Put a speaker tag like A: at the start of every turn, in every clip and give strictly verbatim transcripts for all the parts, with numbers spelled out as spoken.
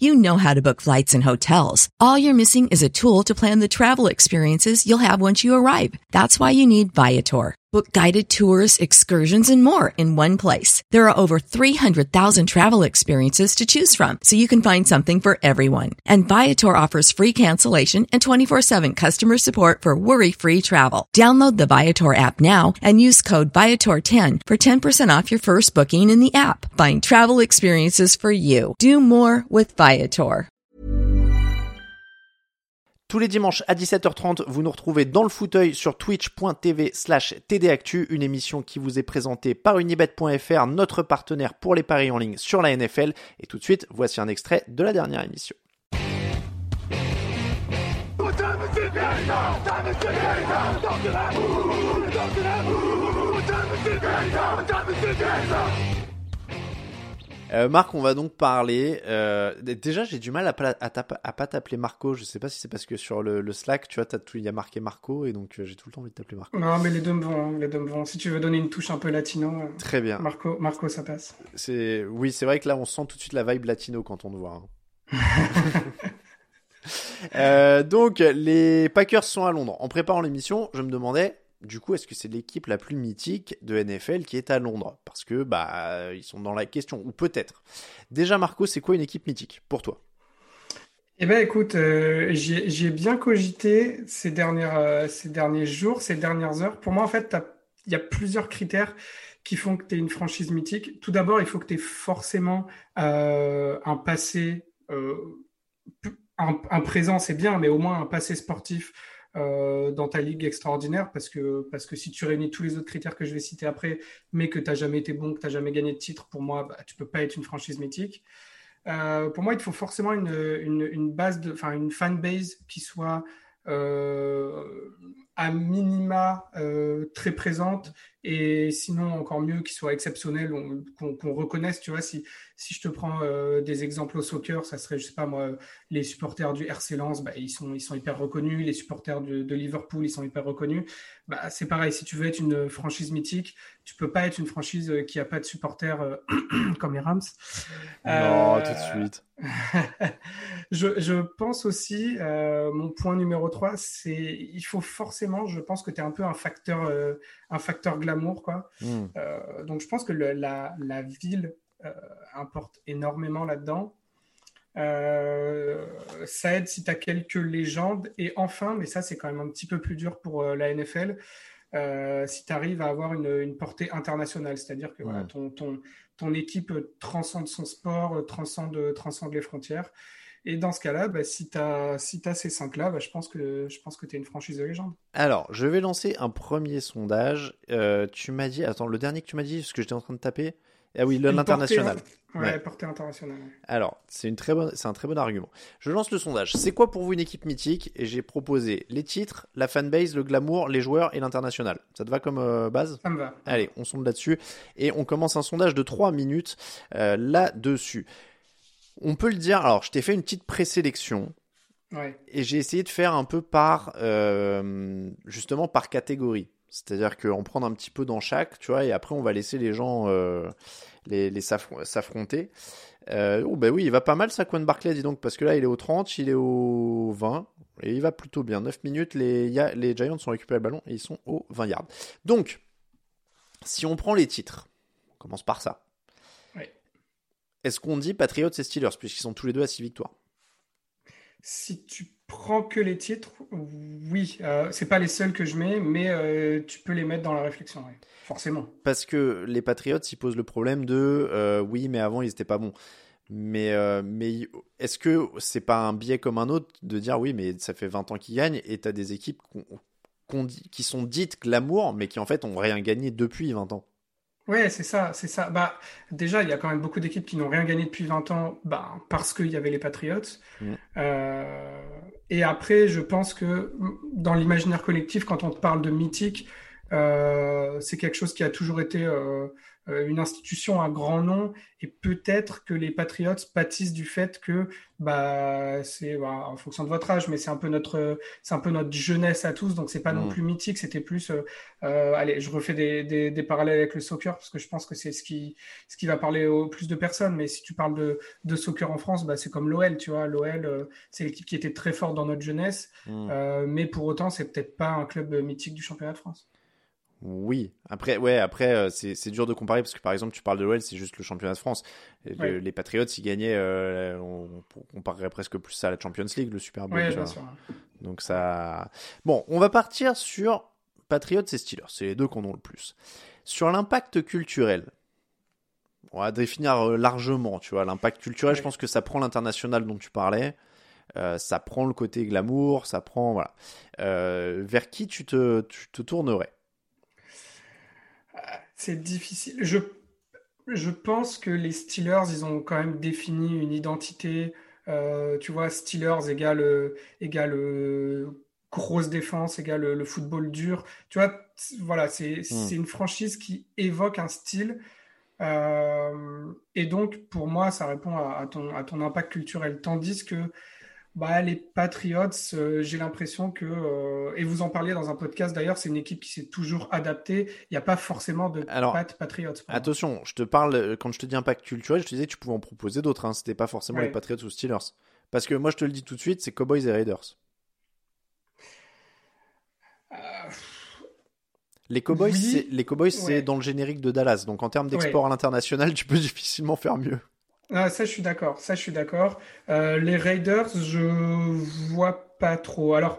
A: You know how to book flights and hotels. All you're missing is a tool to plan the travel experiences you'll have once you arrive. That's why you need Viator. Book guided tours, excursions, and more in one place. There are over three hundred thousand travel experiences to choose from, so you can find something for everyone. And Viator offers free cancellation and twenty-four seven customer support for worry-free travel. Download the Viator app now and use code Viator ten for ten percent off your first booking in the app. Find travel experiences for you. Do more with Viator.
B: Tous les dimanches à dix-sept heures trente, vous nous retrouvez dans le fauteuil sur twitch.tv slash tdactu, une émission qui vous est présentée par unibet point f r, notre partenaire pour les paris en ligne sur la N F L. Et tout de suite, voici un extrait de la dernière émission. Euh, Marc, on va donc parler. Euh, déjà, j'ai du mal à, à, à, à pas t'appeler Marco. Je sais pas si c'est parce que sur le, le Slack, tu vois, t'as tout, il y a marqué Marco et donc euh, j'ai tout le temps envie de t'appeler Marco.
C: Non, mais les deux me vont. Les deux me vont. Si tu veux donner une touche un peu latino. Euh,
B: Très bien.
C: Marco, Marco, ça passe.
B: C'est, oui, c'est vrai que là, on sent tout de suite la vibe latino quand on te voit. Hein. euh, donc, les Packers sont à Londres. En préparant l'émission, je me demandais. Du coup, est-ce que c'est l'équipe la plus mythique de N F L qui est à Londres ? Parce que, bah, ils sont dans la question, ou peut-être. Déjà, Marco, c'est quoi une équipe mythique pour toi ?
C: Eh ben, écoute, euh, j'y, j'y ai bien cogité ces dernières, euh, ces derniers jours, ces dernières heures. Pour moi, en fait, il y a plusieurs critères qui font que tu es une franchise mythique. Tout d'abord, il faut que tu aies forcément euh, un passé, euh, un, un présent, c'est bien, mais au moins un passé sportif Euh, dans ta ligue extraordinaire, parce que, parce que si tu réunis tous les autres critères que je vais citer après, mais que tu n'as jamais été bon, que tu n'as jamais gagné de titre, pour moi, bah, tu ne peux pas être une franchise mythique. Euh, pour moi, il te faut forcément une, une, une base, de, enfin une fanbase qui soit euh, à minima euh, très présente, et sinon encore mieux qui soit exceptionnelle, on, qu'on, qu'on reconnaisse. Tu vois, si, si je te prends euh, des exemples au soccer, ça serait, je sais pas moi, les supporters du R C Lens, bah, ils sont, ils sont hyper reconnus. Les supporters de, de Liverpool, ils sont hyper reconnus. Bah, c'est pareil, si tu veux être une franchise mythique, tu peux pas être une franchise qui a pas de supporters euh, comme les Rams.
B: Non,
C: euh...
B: tout de suite.
C: je, je pense aussi, euh, mon point numéro trois, c'est il faut forcément, je pense que tu es un peu un facteur, euh, un facteur glamour, quoi. Mm. Euh, donc je pense que le, la, la ville euh, importe énormément là-dedans. Euh, ça aide si tu as quelques légendes. Et enfin, mais ça c'est quand même un petit peu plus dur pour euh, la N F L, euh, si tu arrives à avoir une, une portée internationale, c'est-à-dire que mm. voilà, ton, ton, ton équipe transcende son sport, transcende, transcende les frontières. Et dans ce cas-là, bah, si tu as si t'as ces cinq-là, bah, je pense que, je pense que tu es une franchise de légende.
B: Alors, je vais lancer un premier sondage. Euh, tu m'as dit... Attends, le dernier que tu m'as dit, ce que j'étais en train de taper... Ah oui, l'international.
C: Portée, ouais, ouais, portée internationale. Ouais.
B: Alors, c'est, une très bonne, c'est un très bon argument. Je lance le sondage. C'est quoi pour vous une équipe mythique ? Et j'ai proposé les titres, la fanbase, le glamour, les joueurs et l'international. Ça te va comme euh, base ?
C: Ça me va.
B: Allez, on sonde là-dessus. Et on commence un sondage de trois minutes euh, là-dessus. On peut le dire, alors je t'ai fait une petite présélection
C: ouais.
B: et j'ai essayé de faire un peu par, euh, justement par catégorie. C'est-à-dire qu'en prendre un petit peu dans chaque, tu vois, et après on va laisser les gens euh, les, les s'affr- s'affronter. Euh, oh bah oui, il va pas mal Saquon Barkley, dis donc, parce que là il est au trente, il est au vingt, et il va plutôt bien. neuf minutes, les, les Giants ont récupéré le ballon et ils sont au vingt yards. Donc, si on prend les titres, on commence par ça. Est-ce qu'on dit Patriots et Steelers, puisqu'ils sont tous les deux à six victoires ?
C: Si tu prends que les titres, oui. Euh, c'est pas les seuls que je mets, mais euh, tu peux les mettre dans la réflexion, ouais. Forcément.
B: Parce que les Patriots, ils posent le problème de euh, oui, mais avant, ils n'étaient pas bons. Mais, euh, mais est-ce que c'est pas un biais comme un autre de dire oui, mais ça fait vingt ans qu'ils gagnent et tu as des équipes qu'on, qu'on dit, qui sont dites glamour, mais qui en fait ont rien gagné depuis vingt ans ?
C: Ouais, c'est ça, c'est ça. Bah, déjà, il y a quand même beaucoup d'équipes qui n'ont rien gagné depuis vingt ans, bah, parce qu'il y avait les Patriots. Mmh. Euh, et après, je pense que dans l'imaginaire collectif, quand on te parle de mythique, euh, c'est quelque chose qui a toujours été euh, euh, une institution, un grand nom, et peut-être que les Patriots pâtissent du fait que, bah, c'est bah, en fonction de votre âge, mais c'est un peu notre, c'est un peu notre jeunesse à tous, donc c'est pas non
B: Mm.
C: plus mythique, c'était plus, euh, euh, allez, je refais des, des, des parallèles avec le soccer parce que je pense que c'est ce qui, ce qui va parler au plus de personnes, mais si tu parles de, de soccer en France, bah, c'est comme l'O L, tu vois, l'O L, euh, c'est l'équipe qui était très forte dans notre jeunesse,
B: Mm.
C: euh, mais pour autant, c'est peut-être pas un club mythique du championnat de France.
B: Oui, après, ouais, après euh, c'est c'est dur de comparer parce que par exemple, tu parles de l'O L, c'est juste le championnat de France. Et le-
C: Ouais,
B: les Patriots, ils gagnaient, euh, on, on comparerait presque plus ça à la Champions League, le Super Bowl,
C: ouais,
B: tu
C: bien
B: vois.
C: sûr.
B: Donc ça. Bon, on va partir sur Patriots et Steelers, c'est les deux qu'on a le plus. Sur l'impact culturel, on va définir euh, largement, tu vois. L'impact culturel, je
C: Ouais.
B: pense que ça prend l'international dont tu parlais, euh, ça prend le côté glamour, ça prend, voilà. Euh, vers qui tu te, tu te tournerais?
C: C'est difficile. Je, je pense que les Steelers, ils ont quand même défini une identité. Euh, tu vois, Steelers égale, euh, égale euh, grosse défense, égale euh, le football dur. Tu vois, c- voilà, c'est,
B: Hmm.
C: c'est une franchise qui évoque un style. Euh, et donc, pour moi, ça répond à, à ton, à ton impact culturel. Tandis que bah, les Patriots, euh, j'ai l'impression que, euh, et vous en parliez dans un podcast d'ailleurs, c'est une équipe qui s'est toujours adaptée. Il n'y a pas forcément de
B: Alors,
C: Pat Patriots pour moi.
B: attention, je te parle, euh, quand je te dis impact culturel, je te disais que tu pouvais en proposer d'autres, hein. C'était pas forcément les
C: Ouais.
B: Patriots ou Steelers. Parce que moi, je te le dis tout de suite, c'est Cowboys et Raiders.
C: Euh,
B: Les Cowboys, c'est,
C: oui,
B: les Cowboys, c'est
C: ouais,
B: dans le générique de Dallas. Donc, en termes d'export
C: ouais.
B: à l'international, tu peux difficilement faire mieux.
C: Ah, ça, je suis d'accord. Ça, je suis d'accord. Euh, les Raiders, je vois pas trop. Alors,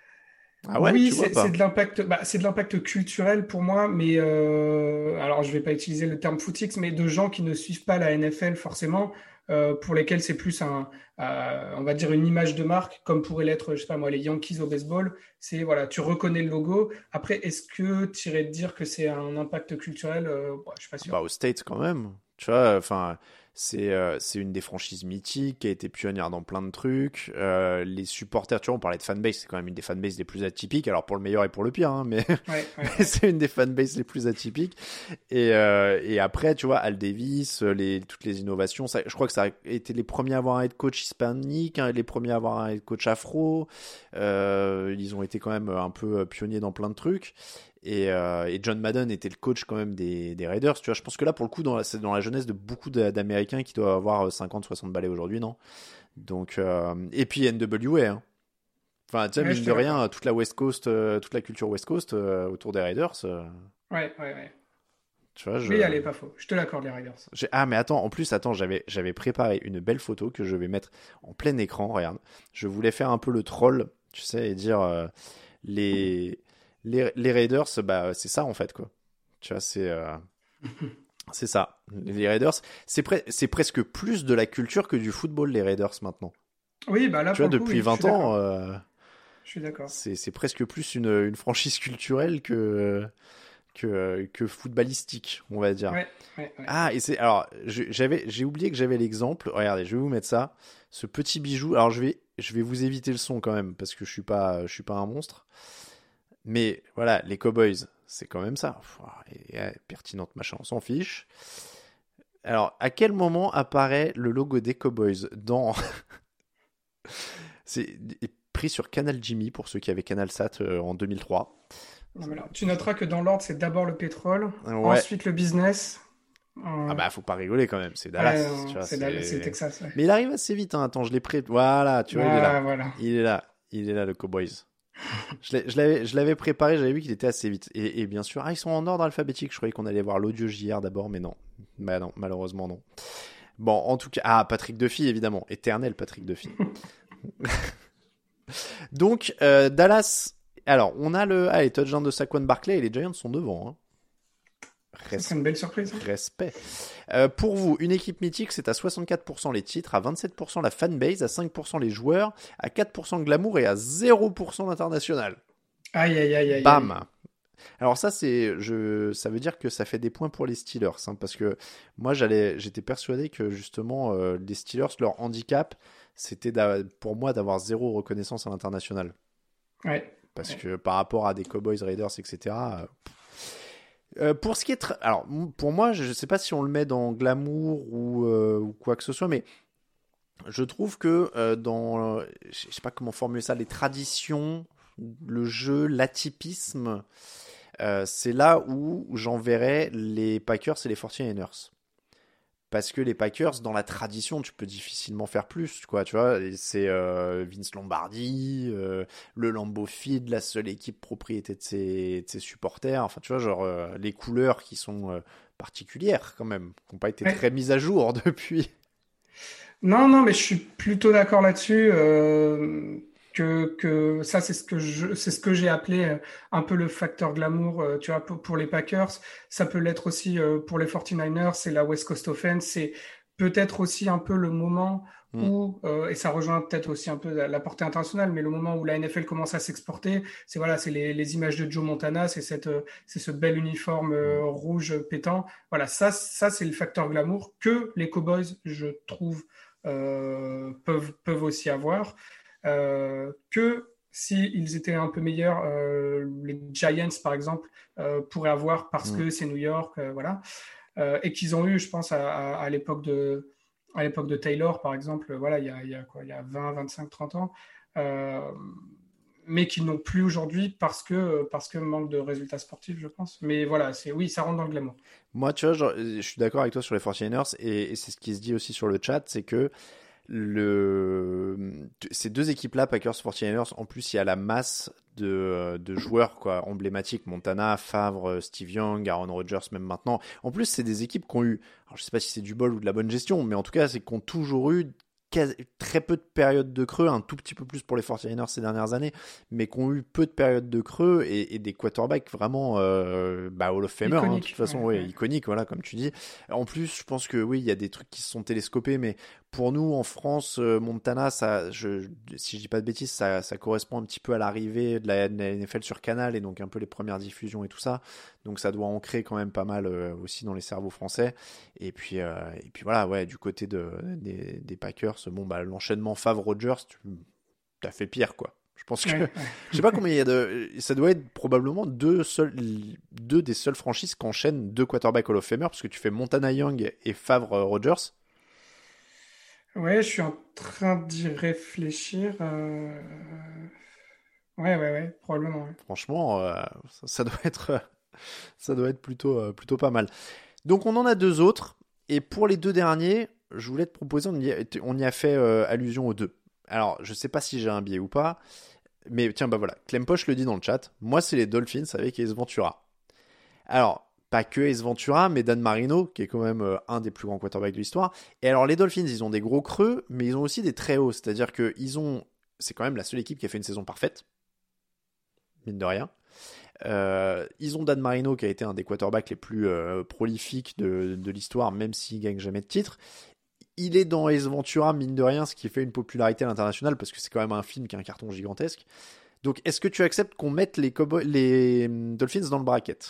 B: Ah ouais,
C: oui,
B: tu vois
C: c'est c'est
B: pas.
C: de l'impact, bah, c'est de l'impact culturel pour moi, mais euh, alors je vais pas utiliser le terme footix, mais de gens qui ne suivent pas la N F L forcément, euh, pour lesquels c'est plus un, euh, on va dire une image de marque, comme pourrait l'être, je sais pas moi, les Yankees au baseball. C'est voilà, tu reconnais le logo. Après, est-ce que tu irais te dire que c'est un impact culturel? Euh, ouais, je suis pas
B: Ah
C: sûr.
B: bah, aux States, quand même. Tu vois, enfin, c'est euh, c'est une des franchises mythiques qui a été pionnière dans plein de trucs. Euh, les supporters, tu vois, on parlait de fanbase, c'est quand même une des fanbases les plus atypiques. Alors, pour le meilleur et pour le pire, hein, mais,
C: Ouais, ouais,
B: mais
C: ouais.
B: c'est une des fanbases les plus atypiques. Et, euh, et après, tu vois, Al Davis, les, toutes les innovations, ça, je crois que ça a été les premiers à avoir un head coach hispanique, hein, les premiers à avoir un head coach afro. Euh, ils ont été quand même un peu pionniers dans plein de trucs. Et, euh, et John Madden était le coach quand même des, des Raiders. Tu vois, je pense que là, pour le coup, dans la, c'est dans la jeunesse de beaucoup d'a- d'Américains qui doivent avoir cinquante soixante balais aujourd'hui, non? Donc, euh, et puis N W A, hein. Enfin, tu sais,
C: Ouais, je
B: mine
C: te
B: de
C: l'accorde.
B: rien, toute la West Coast, euh, toute la culture West Coast euh, autour des Raiders, euh,
C: Ouais, ouais, ouais.
B: tu vois, je,
C: Oui, allez, pas faux. Je te l'accorde, les Raiders.
B: j'ai- ah, mais attends, en plus, attends, j'avais, j'avais préparé une belle photo que je vais mettre en plein écran, regarde. Je voulais faire un peu le troll, tu sais, et dire euh, les, les, les Raiders, bah, c'est ça en fait, quoi. Tu vois, c'est euh, c'est ça. Les Raiders, c'est pre- c'est presque plus de la culture que du football, les Raiders maintenant.
C: Oui, bah là,
B: Tu vois,
C: pour le coup,
B: depuis
C: oui, je suis
B: vingt ans,
C: d'accord.
B: euh,
C: Je suis d'accord.
B: c'est c'est presque plus une, une franchise culturelle que, que, que footballistique, on va dire.
C: Ouais, ouais, ouais.
B: Ah, et c'est. Alors, je- j'avais, j'ai oublié que j'avais l'exemple. Regardez, je vais vous mettre ça. Ce petit bijou. Alors, je vais, je vais vous éviter le son quand même, parce que je suis pas, je suis pas un monstre. Mais voilà, les Cowboys, c'est quand même ça. Pff, et, et, pertinente machin, on s'en fiche. Alors, à quel moment apparaît le logo des Cowboys dans. C'est pris sur Canal Jimmy pour ceux qui avaient Canal Sat euh, en deux mille trois.
C: Non, mais alors, tu noteras que dans l'ordre, c'est d'abord le pétrole,
B: Ouais.
C: ensuite le business.
B: Ah
C: Euh,
B: bah faut pas rigoler quand même, c'est
C: ouais,
B: Dallas, tu
C: non,
B: vois,
C: c'est la- c'est le
B: c'est.
C: Texas. Ouais.
B: Mais il arrive assez vite, hein. Attends, je l'ai prêt. Voilà, tu vois, il est là.
C: Ah, voilà.
B: Il est là, il est là le Cowboys. Je l'ai- je l'avais, je l'avais préparé, j'avais vu qu'il était assez vite. Et, et bien sûr, ah ils sont en ordre alphabétique. Je croyais qu'on allait voir l'audio J R d'abord, mais non. Bah non, malheureusement non. Bon, en tout cas, ah Patrick Duffy évidemment, éternel Patrick Duffy. Donc euh, Dallas. Alors, on a le, ah, les touchdowns de Saquon Barkley et les Giants sont devant, hein.
C: Ça
B: Res-
C: serait une belle surprise, hein.
B: Respect. Euh, pour vous, une équipe mythique, c'est à soixante-quatre pour cent les titres, à vingt-sept pour cent la fanbase, à cinq pour cent les joueurs, à quatre pour cent le glamour et à zéro pour cent l'international.
C: Aïe, aïe, aïe, aïe, aïe.
B: Bam. Alors ça, c'est, je, ça veut dire que ça fait des points pour les Steelers, hein, parce que moi, j'allais, j'étais persuadé que justement, euh, les Steelers, leur handicap, c'était d'a- pour moi d'avoir zéro reconnaissance à l'international.
C: Ouais,
B: Parce
C: ouais.
B: que par rapport à des Cowboys, Raiders, et cetera, Euh, pour ce qui est... Tra... Alors, pour moi, je ne sais pas si on le met dans glamour ou, euh, ou quoi que ce soit, mais je trouve que euh, dans... Euh, je ne sais pas comment formuler ça, les traditions, le jeu, l'atypisme, euh, c'est là où j'enverrais les Packers et les forty-niners. Parce que les Packers, dans la tradition, tu peux difficilement faire plus, quoi, tu vois. Et c'est euh, Vince Lombardi, euh, le Lambeau Field, la seule équipe propriété de ses, de ses supporters. Enfin, tu vois, genre euh, les couleurs qui sont euh, particulières quand même, qui n'ont pas été
C: Ouais.
B: très mises à jour depuis.
C: Non, non, mais je suis plutôt d'accord là-dessus. euh, que, que ça, c'est ce que je, c'est ce que j'ai appelé euh, un peu le facteur glamour, euh, tu vois, pour, pour les Packers. Ça peut l'être aussi euh, pour les forty-niners, c'est la West Coast Offense. C'est peut-être aussi un peu le moment
B: Mm.
C: où, euh, et ça rejoint peut-être aussi un peu la, la portée internationale, mais le moment où la N F L commence à s'exporter, c'est voilà, c'est les, les images de Joe Montana, c'est cette, euh, c'est ce bel uniforme euh,
B: Mm.
C: rouge pétant. Voilà, ça, ça, c'est le facteur glamour que les Cowboys, je trouve, euh, peuvent, peuvent aussi avoir. Euh, que s'ils étaient un peu meilleurs, euh, les Giants, par exemple, euh, pourraient avoir parce
B: Mm.
C: que c'est New York, euh, voilà. Euh, et qu'ils ont eu, je pense, à, à, à l'époque de, à l'époque de Taylor, par exemple, voilà, il y a, il y a quoi, il y a vingt, vingt-cinq, trente ans. Euh, mais qu'ils n'ont plus aujourd'hui parce que, parce que manque de résultats sportifs, je pense. Mais voilà, c'est, oui, ça rentre dans le glamour.
B: Moi, tu vois, genre, je suis d'accord avec toi sur les forty-niners et, et c'est ce qui se dit aussi sur le chat, c'est que le... ces deux équipes-là, Packers forty-niners, en plus, il y a la masse de, de joueurs quoi, emblématiques. Montana, Favre, Steve Young, Aaron Rodgers, même maintenant. En plus, c'est des équipes qui ont eu, alors je sais pas si c'est du bol ou de la bonne gestion, mais en tout cas, c'est qu'ils ont toujours eu quasi- très peu de périodes de creux, un tout petit peu plus pour les forty-niners ces dernières années, mais qui ont eu peu de périodes de creux et, et des quarterbacks vraiment euh, bah, Hall of Famer, hein, de toute
C: Iconique.
B: façon,
C: Ouais,
B: ouais,
C: ouais.
B: iconique, voilà, comme tu dis. En plus, je pense que oui, il y a des trucs qui se sont télescopés, mais pour nous, en France, euh, Montana, ça, je, si je dis pas de bêtises, ça, ça correspond un petit peu à l'arrivée de la, de la N F L sur Canal et donc un peu les premières diffusions et tout ça. Donc ça doit ancrer quand même pas mal euh, aussi dans les cerveaux français. Et puis, euh, et puis voilà, ouais, du côté de, des, des Packers, bon, bah, l'enchaînement Favre-Rogers, tu as fait pire, quoi. Je pense que,
C: Ouais,
B: je sais pas combien il y a de, ça doit être probablement deux seuls, deux des seules franchises qui enchaînent deux quarterbacks Hall of Famer, parce que tu fais Montana Young et Favre-Rogers.
C: ouais, je suis en train d'y réfléchir. euh, Ouais, ouais, ouais, probablement. Ouais.
B: Franchement, euh, ça, ça doit être, ça doit être plutôt, euh, plutôt pas mal. Donc on en a deux autres. Et pour les deux derniers, je voulais te proposer, on y a, on y a fait euh, allusion aux deux. Alors, je sais pas si j'ai un biais ou pas, mais tiens, bah voilà, Clem Poche le dit dans le chat. Moi, c'est les Dolphins avec Ace Ventura. Alors, pas que Ace Ventura, mais Dan Marino, qui est quand même euh, un des plus grands quarterbacks de l'histoire. Et alors, les Dolphins, ils ont des gros creux, mais ils ont aussi des très hauts. C'est-à-dire que ils ont, c'est quand même la seule équipe qui a fait une saison parfaite, mine de rien. Euh, ils ont Dan Marino qui a été un des quarterbacks les plus euh, prolifiques de, de l'histoire, même s'il gagne jamais de titre. Il est dans Ace Ventura, mine de rien, ce qui fait une popularité à l'international parce que c'est quand même un film qui a un carton gigantesque. Donc, est-ce que tu acceptes qu'on mette les, Cowboys, les Dolphins dans le bracket?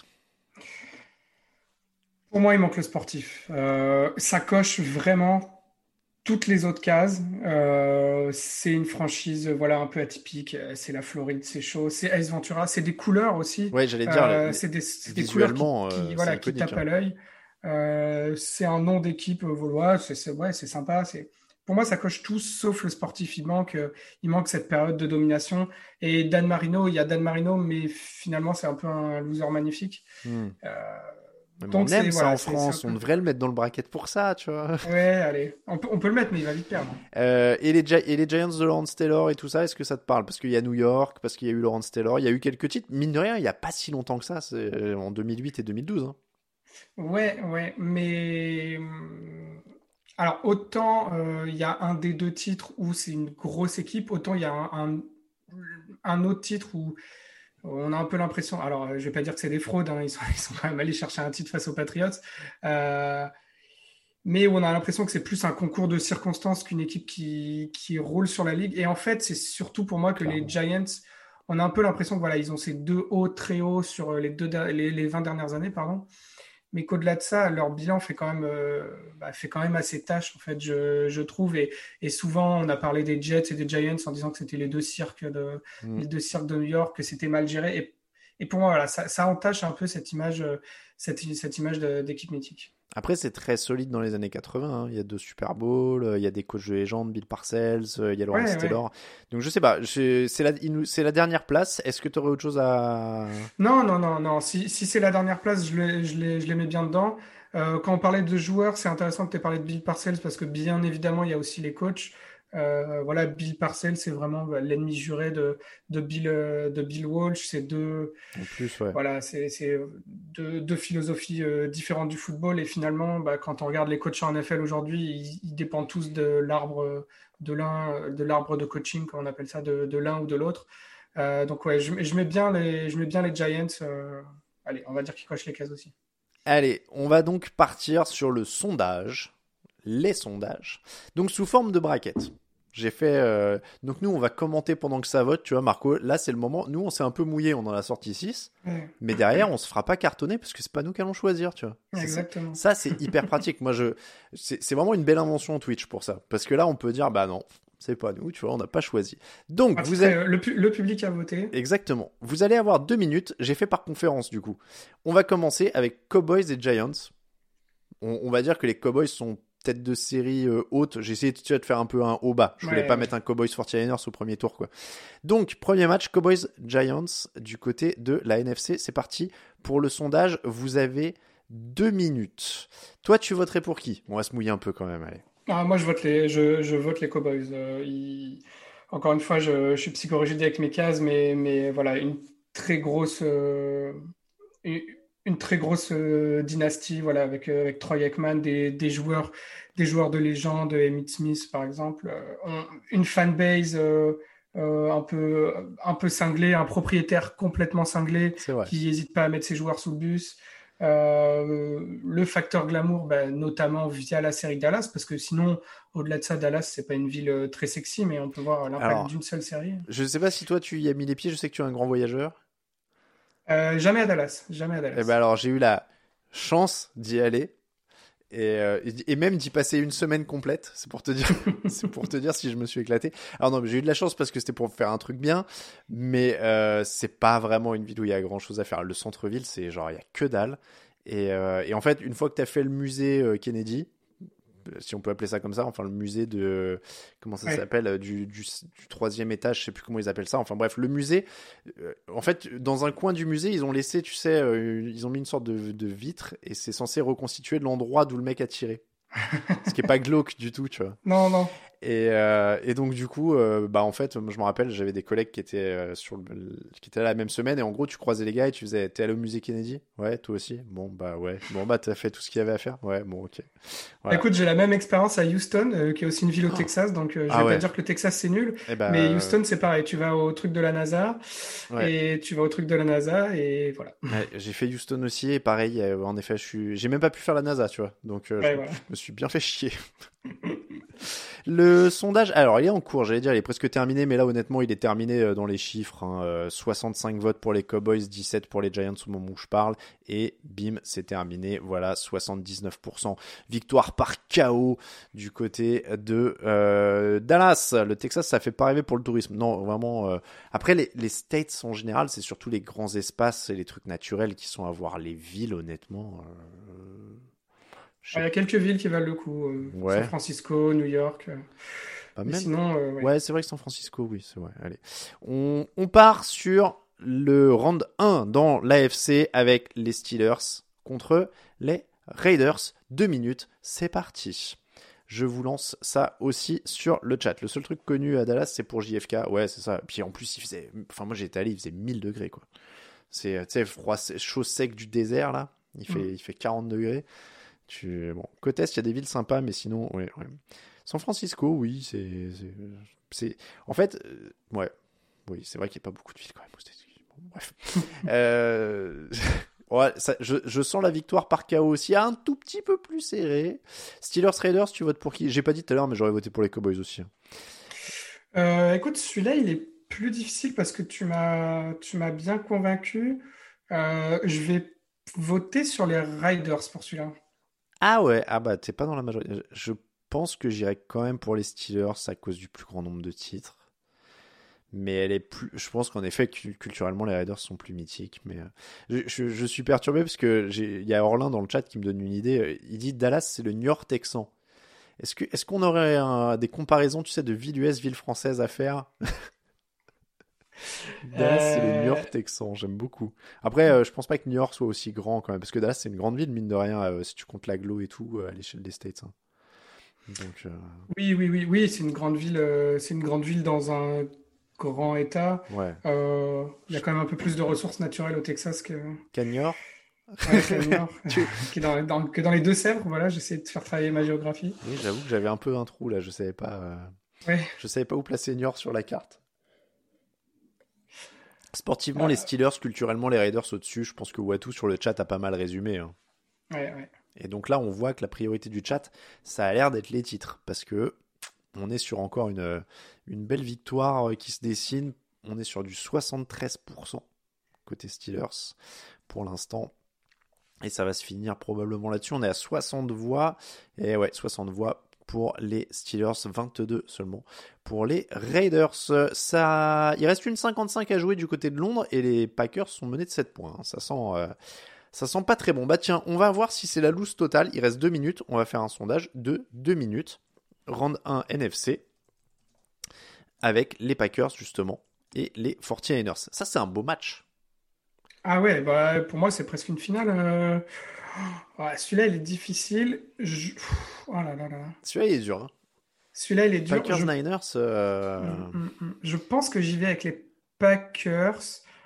C: Pour moi, il manque le sportif. Euh, ça coche vraiment toutes les autres cases. Euh, c'est une franchise, voilà, un peu atypique. Euh, C'est la Floride, c'est chaud. C'est Ace Ventura, c'est des couleurs aussi.
B: Ouais, j'allais dire,
C: Euh,
B: les-
C: c'est des, c'est des couleurs qui,
B: visuellement,
C: qui,
B: euh, c'est
C: voilà, qui
B: iconique.
C: tapent à
B: Hein.
C: l'œil. Euh, c'est un nom d'équipe euh, vaudoise. C'est, c'est- ouais, c'est sympa. C'est, pour moi, ça coche tout sauf le sportif. Il manque, euh, il manque cette période de domination. Et Dan Marino, il y a Dan Marino, mais finalement, c'est un peu un loser magnifique.
B: Hmm.
C: Euh,
B: Mais on
C: donc c'est
B: aime ça
C: voilà,
B: en
C: c'est c'est un
B: France, on
C: peu.
B: devrait le mettre dans le bracket pour ça, tu vois.
C: Ouais, allez, on peut, on peut le mettre, mais il va vite perdre.
B: Euh, et, les Gi- et les Giants de Lawrence Taylor et tout ça, est-ce que ça te parle? Parce qu'il y a New York, parce qu'il y a eu Lawrence Taylor, il y a eu quelques titres. Mine de rien, il n'y a pas si longtemps que ça, c'est euh, en deux mille huit et deux mille douze. Hein.
C: Ouais, ouais, mais hum, alors autant euh, il y a un des deux titres où c'est une grosse équipe, autant il y a un, un, un autre titre où on a un peu l'impression. Alors, euh, je vais pas dire que c'est des fraudes, hein, ils sont, ils sont quand même allés chercher un titre face aux Patriots. Euh, mais où on a l'impression que c'est plus un concours de circonstances qu'une équipe qui, qui roule sur la ligue. Et en fait, c'est surtout pour moi que les
B: Clairement.
C: Giants, on a un peu l'impression que voilà, ils ont ces deux hauts très hauts sur les, deux, les, les vingt dernières années, pardon. Mais qu'au-delà de ça, leur bilan fait quand même, euh, bah, fait quand même assez tâche, en fait, je, je trouve. Et, et souvent, on a parlé des Jets et des Giants en disant que c'était les deux cirques de,
B: Hmm.
C: les deux cirques de New York, que c'était mal géré. Et, et pour moi, voilà, ça, ça entache un peu cette image, euh, cette, cette image de- d'équipe mythique.
B: Après, c'est très solide dans les années quatre-vingts, hein. Il y a deux Super Bowls, euh, il y a des coachs de légende, Bill Parcells, euh, il y a Lawrence
C: Ouais, ouais.
B: Taylor. Donc je sais pas, je- c'est la, il nous- c'est la dernière place. Est-ce que tu aurais autre chose à...
C: Non, non, non, non. Si, si c'est la dernière place, je les, je les, je les mets bien dedans. Euh, quand on parlait de joueurs, c'est intéressant que tu aies parlé de Bill Parcells parce que bien évidemment, il y a aussi les coachs. Euh, voilà, Bill Parcells, c'est vraiment bah, l'ennemi juré de, de Bill, euh, de Bill Walsh. C'est deux,
B: En plus, ouais.
C: voilà, c'est, c'est deux, deux philosophies euh, différentes du football. Et finalement, bah, quand on regarde les coachs en N F L aujourd'hui, ils, ils dépendent tous de l'arbre de l'un, de l'arbre de coaching, comme on appelle ça, de, de l'un ou de l'autre. Euh, donc ouais, je, je mets bien les, je mets bien les Giants. euh, allez, on va dire qu'ils cochent les cases aussi.
B: Allez, on va donc partir sur le sondage, les sondages, donc sous forme de bracket. J'ai fait. euh, Donc, nous, on va commenter pendant que ça vote, tu vois, Marco. Là, c'est le moment. Nous, on s'est un peu mouillé, on en a sorti six.
C: Ouais,
B: Mais derrière, on se fera pas cartonner parce que c'est pas nous qui allons choisir, tu vois. C'est ça,
C: exactement.
B: ça, c'est hyper pratique. Moi, je, c'est, c'est vraiment une belle invention Twitch pour ça. Parce que là, on peut dire, bah non, c'est pas nous, tu vois, on n'a pas choisi. Donc,
C: Ah,
B: vous
C: titré,
B: avez.
C: euh, le, pu- le public a voté.
B: Exactement. Vous allez avoir deux minutes. J'ai fait par conférence, du coup. On va commencer avec Cowboys et Giants. On, on va dire que les Cowboys sont tête de série euh, haute. J'ai essayé tu vois, de faire un peu un haut-bas. Je voulais
C: Ouais,
B: pas
C: ouais.
B: mettre un Cowboys forty-niners au premier tour, quoi. Donc, premier match, Cowboys-Giants du côté de la N F C. C'est parti pour le sondage. Vous avez deux minutes. Toi, tu voterais pour qui? On va se mouiller un peu quand même, allez.
C: Ah, moi, je vote les, je, je vote les Cowboys. Euh, ils- Encore une fois, je, je suis psychorigide avec mes cases, mais, mais voilà, une très grosse, euh, une, une très grosse euh, dynastie, voilà, avec, euh, avec Troy Aikman, des, des joueurs, des joueurs de légende, Emmitt Smith, par exemple. Euh, on- une fanbase euh, euh, un peu, un peu cinglée, un propriétaire complètement cinglé
B: C'est vrai.
C: qui n'hésite pas à mettre ses joueurs sous le bus. Euh, le facteur glamour, ben, notamment via la série Dallas, parce que sinon, au-delà de ça, Dallas, c'est pas une ville euh, très sexy, mais on peut voir l'impact
B: Alors,
C: d'une seule série.
B: je sais pas si toi, tu y as mis les pieds. Je sais que tu es un grand voyageur.
C: Euh, jamais à Dallas, jamais à
B: Eh ben
C: Dallas.
B: alors, j'ai eu la chance d'y aller. Et, euh, et même d'y passer une semaine complète, c'est pour te dire, c'est pour te dire si je me suis éclaté. Alors non, mais j'ai eu de la chance parce que c'était pour faire un truc bien, mais euh, c'est pas vraiment une ville où il y a grand chose à faire. Le centre-ville, c'est genre il y a que dalle. Et, euh, et en fait, une fois que t'as fait le musée euh, Kennedy, si on peut appeler ça comme ça, enfin le musée de, comment ça
C: Ouais.
B: s'appelle, euh, du, du, du troisième étage, je sais plus comment ils appellent ça, enfin bref, le musée, euh, en fait, dans un coin du musée, ils ont laissé, tu sais, euh, ils ont mis une sorte de, de vitre, et c'est censé reconstituer l'endroit d'où le mec a tiré. Ce qui est pas glauque du tout, tu vois.
C: Non, non.
B: Et, euh, et donc du coup, euh, bah en fait, moi, je me rappelle, j'avais des collègues qui étaient euh, sur le, qui étaient là la même semaine, et en gros, tu croisais les gars et tu faisais, t'es allé au musée Kennedy? Ouais, toi aussi. Bon bah ouais. Bon bah t'as fait tout ce qu'il y avait à faire. Ouais, bon ok. Voilà.
C: Écoute, j'ai la même expérience à Houston, euh, qui est aussi une ville au
B: Oh.
C: Texas, donc euh, je
B: Ah
C: vais pas
B: ouais.
C: dire que le Texas c'est nul,
B: Et bah
C: mais
B: euh,
C: Houston c'est pareil. Tu vas au truc de la NASA
B: ouais.
C: et tu vas au truc de la NASA et voilà.
B: Ouais, j'ai fait Houston aussi et pareil, euh, en effet, je suis, j'ai même pas pu faire la NASA, tu vois. Donc euh, je,
C: Ouais,
B: me
C: voilà.
B: je me suis bien fait chier. Le sondage, alors il est en cours, j'allais dire, il est presque terminé, mais là honnêtement, il est terminé euh, dans les chiffres. Hein, euh, soixante-cinq votes pour les Cowboys, dix-sept pour les Giants au moment où je parle, et bim, c'est terminé. Voilà, soixante-dix-neuf pour cent victoire par K O du côté de euh, Dallas. Le Texas, ça fait pas rêver pour le tourisme. Non, vraiment. Euh... Après, les, les States en général, c'est surtout les grands espaces et les trucs naturels qui sont à voir. Les villes, honnêtement. Euh... je
C: Il y
B: sais-
C: a quelques villes qui valent le coup, euh, San
B: Ouais,
C: Francisco, New York, euh,
B: pas
C: mais
B: même.
C: sinon, euh, ouais.
B: Ouais, c'est vrai que San Francisco, oui, c'est vrai. Allez. On, on part sur le round un dans l'A F C avec les Steelers contre les Raiders. Deux minutes, c'est parti. Je vous lance ça aussi sur le chat. Le seul truc connu à Dallas, c'est pour J F K. Ouais, c'est ça. Puis en plus, il faisait. Enfin, moi j'étais allé, il faisait mille degrés, quoi. C'est, tu sais, froid, c'est chaud sec du désert, là. Il fait,
C: Mm.
B: il fait quarante degrés. Tu... Bon, côte Est, il y a des villes sympas, mais sinon, ouais, ouais. San Francisco, oui, c'est. c'est, c'est... En fait, euh, ouais. Oui, c'est vrai qu'il n'y a pas beaucoup de villes quand même aux États-Unis. Bon, bref. euh... ouais, ça, je, je sens la victoire par K O aussi, un tout petit peu plus serré. Steelers Raiders, tu votes pour qui? J'ai pas dit tout à l'heure, mais j'aurais voté pour les Cowboys aussi. Hein.
C: Euh, écoute, celui-là, il est plus difficile parce que tu m'as, tu m'as bien convaincu. Euh, je vais voter sur les Riders pour celui-là.
B: Ah ouais, ah bah t'es pas dans la majorité. Je pense que j'irais quand même pour les Steelers à cause du plus grand nombre de titres. Mais elle est plus. Je pense qu'en effet, culturellement, les Raiders sont plus mythiques. Mais je, je, je suis perturbé parce que j'ai, il y a Orlin dans le chat qui me donne une idée. Il dit Dallas, c'est le New York Texan. Est-ce que, est-ce qu'on aurait un, des comparaisons, tu sais, de ville U S, ville française à faire? Dallas, euh... c'est le New York Texan. J'aime beaucoup. Après, euh, je pense pas que New York soit aussi grand quand même, parce que Dallas, c'est une grande ville, mine de rien, euh, si tu comptes l'agglo et tout, euh, à l'échelle des States. Hein. Donc, euh...
C: Oui, oui, oui, oui, c'est une grande ville. Euh, c'est une grande ville dans un grand État.
B: Ouais.
C: Euh, il y a quand même un peu plus de ressources naturelles au Texas que.
B: Qu'à New York.
C: Ouais, qu'à New York. qui est dans, dans, que dans les Deux-Sèvres. Voilà, j'essaie de faire travailler ma géographie.
B: Oui, j'avoue que j'avais un peu un trou là. Je savais pas. Euh...
C: Ouais.
B: Je savais pas où placer New York sur la carte. Sportivement, euh... les Steelers, culturellement, les Raiders au-dessus. Je pense que Watou sur le chat a pas mal résumé. Hein.
C: Ouais, ouais.
B: Et donc là, on voit que la priorité du chat, ça a l'air d'être les titres, parce que on est sur encore une, une belle victoire qui se dessine. On est sur du soixante-treize pour cent côté Steelers pour l'instant. Et ça va se finir probablement là-dessus. On est à soixante voix. Et ouais, soixante voix pour les Steelers, vingt-deux seulement pour les Raiders. Ça, il reste une cinquante-cinq à jouer du côté de Londres et les Packers sont menés de sept points. Ça sent... Euh, Ça sent pas très bon. Bah tiens, on va voir si c'est la loose totale. Il reste deux minutes. On va faire un sondage de deux minutes. Round un N F C. Avec les Packers, justement. Et les forty-niners. Ça, c'est un beau match.
C: Ah ouais, bah pour moi, c'est presque une finale. Euh... Ouais, celui-là, il est difficile. Je... Oh là là là.
B: Celui-là, il est dur. Hein.
C: Celui-là, il est dur.
B: Packers
C: je...
B: Niners. Euh...
C: Mm, mm, mm. Je pense que j'y vais avec les Packers.